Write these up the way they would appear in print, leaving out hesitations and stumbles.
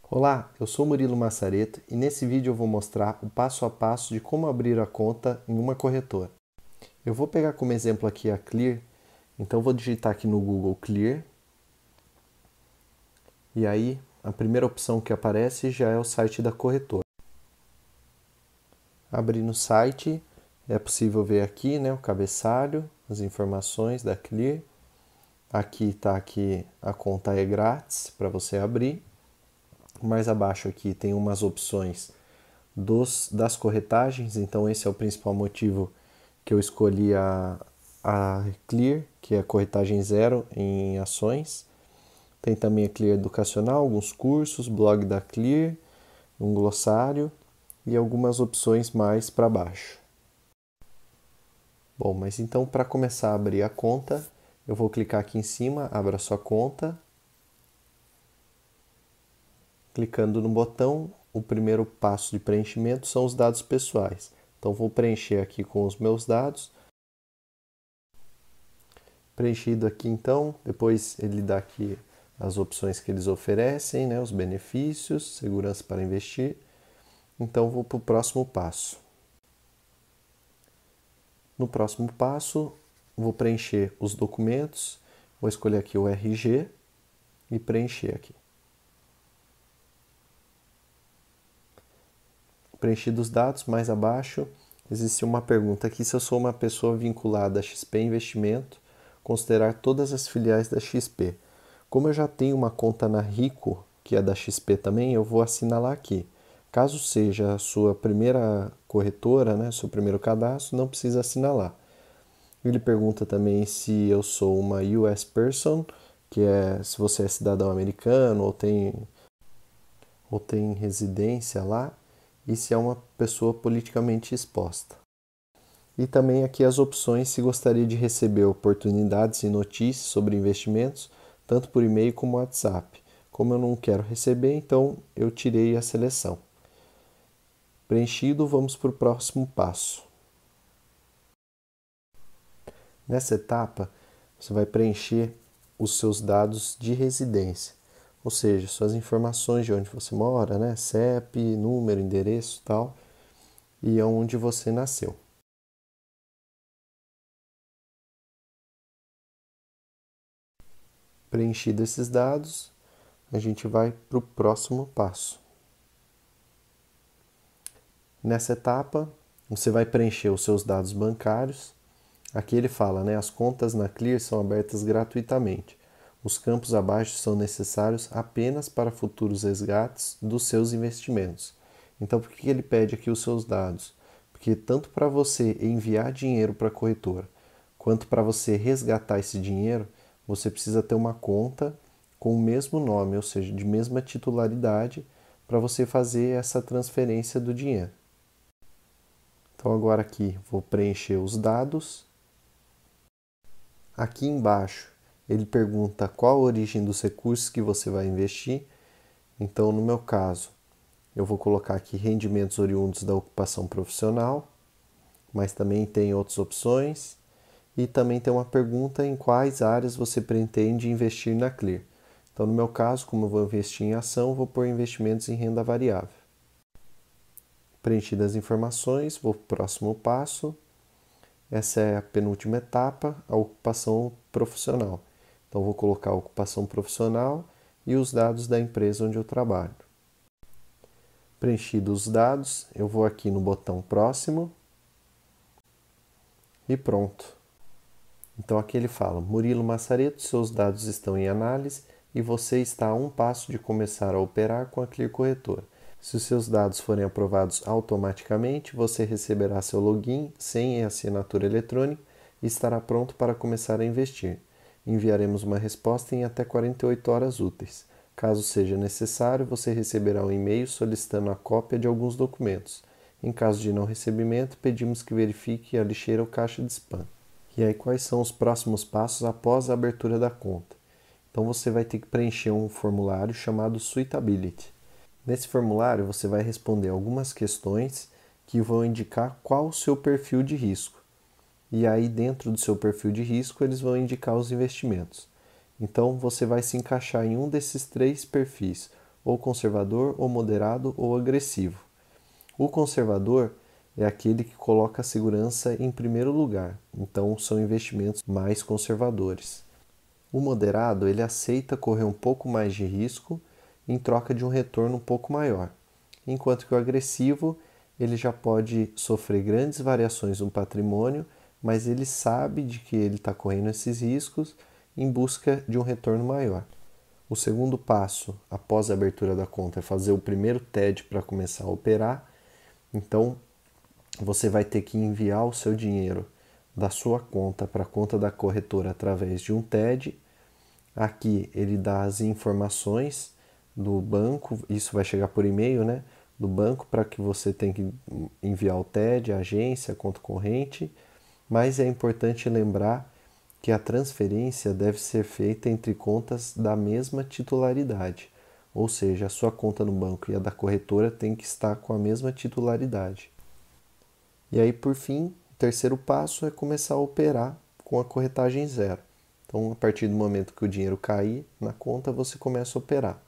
Olá, eu sou Murilo Massareto e nesse vídeo eu vou mostrar o passo a passo de como abrir a conta em uma corretora. Eu vou pegar como exemplo aqui a Clear, então eu vou digitar aqui no Google Clear e aí a primeira opção que aparece já é o site da corretora. Abrir no site, é possível ver aqui, o cabeçalho, as informações da Clear. Aqui está aqui a conta é grátis para você abrir. Mais abaixo aqui tem umas opções das corretagens, então esse é o principal motivo que eu escolhi a Clear, que é a corretagem zero em ações. Tem também a Clear Educacional, alguns cursos, blog da Clear, um glossário e algumas opções mais para baixo. Bom, mas então para começar a abrir a conta, eu vou clicar aqui em cima, abra sua conta. Clicando no botão, o primeiro passo de preenchimento são os dados pessoais. Então vou preencher aqui com os meus dados. Preenchido aqui então, depois ele dá aqui as opções que eles oferecem, os benefícios, segurança para investir. Então vou para o próximo passo. No próximo passo, vou preencher os documentos, vou escolher aqui o RG e preencher aqui. Preenchidos os dados, mais abaixo, existe uma pergunta aqui se eu sou uma pessoa vinculada a XP Investimento, considerar todas as filiais da XP. Como eu já tenho uma conta na Rico, que é da XP também, eu vou assinalar aqui. Caso seja a sua primeira corretora, seu primeiro cadastro, não precisa assinalar. Ele pergunta também se eu sou uma US Person, que é se você é cidadão americano ou tem residência lá, e se é uma pessoa politicamente exposta. E também aqui as opções se gostaria de receber oportunidades e notícias sobre investimentos, tanto por e-mail como WhatsApp. Como eu não quero receber, então eu tirei a seleção. Preenchido, vamos para o próximo passo. Nessa etapa, você vai preencher os seus dados de residência, ou seja, suas informações de onde você mora, CEP, número, endereço e tal, e onde você nasceu. Preenchido esses dados, a gente vai para o próximo passo. Nessa etapa, você vai preencher os seus dados bancários. Aqui ele fala, as contas na Clear são abertas gratuitamente. Os campos abaixo são necessários apenas para futuros resgates dos seus investimentos. Então, por que ele pede aqui os seus dados? Porque tanto para você enviar dinheiro para a corretora, quanto para você resgatar esse dinheiro, você precisa ter uma conta com o mesmo nome, ou seja, de mesma titularidade, para você fazer essa transferência do dinheiro. Então agora aqui vou preencher os dados. Aqui embaixo ele pergunta qual a origem dos recursos que você vai investir. Então no meu caso eu vou colocar aqui rendimentos oriundos da ocupação profissional, mas também tem outras opções. E também tem uma pergunta em quais áreas você pretende investir na Clear. Então no meu caso, como eu vou investir em ação, vou pôr investimentos em renda variável. Preenchidas as informações, vou para o próximo passo. Essa é a penúltima etapa, a ocupação profissional. Então, vou colocar a ocupação profissional e os dados da empresa onde eu trabalho. Preenchidos os dados, eu vou aqui no botão próximo e pronto. Então, aqui ele fala, Murilo Massareto, seus dados estão em análise e você está a um passo de começar a operar com a Clear Corretora. Se os seus dados forem aprovados automaticamente, você receberá seu login, senha e assinatura eletrônica e estará pronto para começar a investir. Enviaremos uma resposta em até 48 horas úteis. Caso seja necessário, você receberá um e-mail solicitando a cópia de alguns documentos. Em caso de não recebimento, pedimos que verifique a lixeira ou caixa de spam. E aí, quais são os próximos passos após a abertura da conta? Então, você vai ter que preencher um formulário chamado Suitability. Nesse formulário, você vai responder algumas questões que vão indicar qual o seu perfil de risco. E aí, dentro do seu perfil de risco, eles vão indicar os investimentos. Então, você vai se encaixar em um desses três perfis, ou conservador, ou moderado, ou agressivo. O conservador é aquele que coloca a segurança em primeiro lugar, então são investimentos mais conservadores. O moderado, ele aceita correr um pouco mais de risco em troca de um retorno um pouco maior, enquanto que o agressivo, ele já pode sofrer grandes variações no patrimônio, mas ele sabe de que ele está correndo esses riscos em busca de um retorno maior. O segundo passo, após a abertura da conta, é fazer o primeiro TED para começar a operar. Então, você vai ter que enviar o seu dinheiro da sua conta para a conta da corretora através de um TED. Aqui ele dá as informações do banco, isso vai chegar por e-mail, né? Do banco para que você tenha que enviar o TED, a agência, a conta corrente. Mas é importante lembrar que a transferência deve ser feita entre contas da mesma titularidade, ou seja, a sua conta no banco e a da corretora tem que estar com a mesma titularidade. E aí, por fim, o terceiro passo é começar a operar com a corretagem zero. Então, a partir do momento que o dinheiro cair na conta, você começa a operar.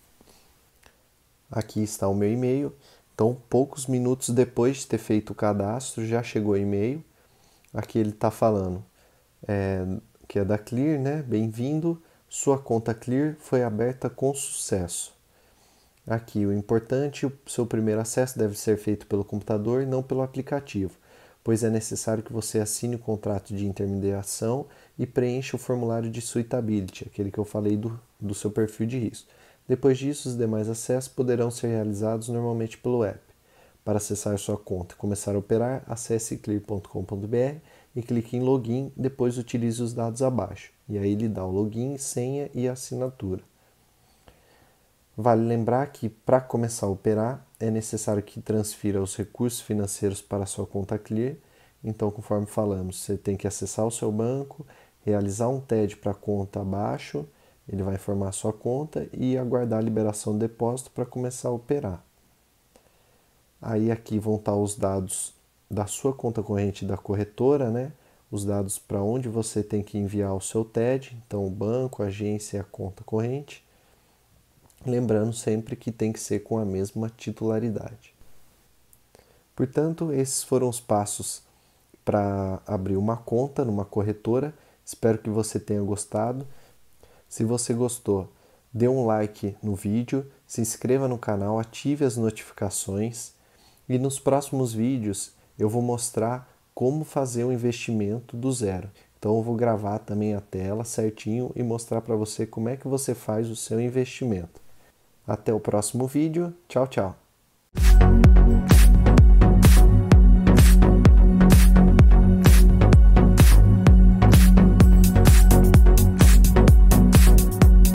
Aqui está o meu e-mail. Então, poucos minutos depois de ter feito o cadastro, já chegou o e-mail. Aqui ele está falando que é da Clear, né? Bem-vindo, sua conta Clear foi aberta com sucesso. Aqui o importante, o seu primeiro acesso deve ser feito pelo computador e não pelo aplicativo, pois é necessário que você assine o contrato de intermediação e preencha o formulário de suitability, aquele que eu falei do seu perfil de risco. Depois disso, os demais acessos poderão ser realizados normalmente pelo app. Para acessar sua conta e começar a operar, acesse clear.com.br e clique em login, depois utilize os dados abaixo. E aí ele dá o login, senha e assinatura. Vale lembrar que para começar a operar é necessário que transfira os recursos financeiros para a sua conta Clear. Então, conforme falamos, você tem que acessar o seu banco, realizar um TED para a conta abaixo, ele vai informar a sua conta e aguardar a liberação do depósito para começar a operar. Aí aqui vão estar os dados da sua conta corrente da corretora, né? Os dados para onde você tem que enviar o seu TED, então o banco, a agência e a conta corrente. Lembrando sempre que tem que ser com a mesma titularidade. Portanto, esses foram os passos para abrir uma conta numa corretora. Espero que você tenha gostado. Se você gostou, dê um like no vídeo, se inscreva no canal, ative as notificações e nos próximos vídeos eu vou mostrar como fazer um investimento do zero. Então eu vou gravar também a tela certinho e mostrar para você como é que você faz o seu investimento. Até o próximo vídeo. Tchau, tchau.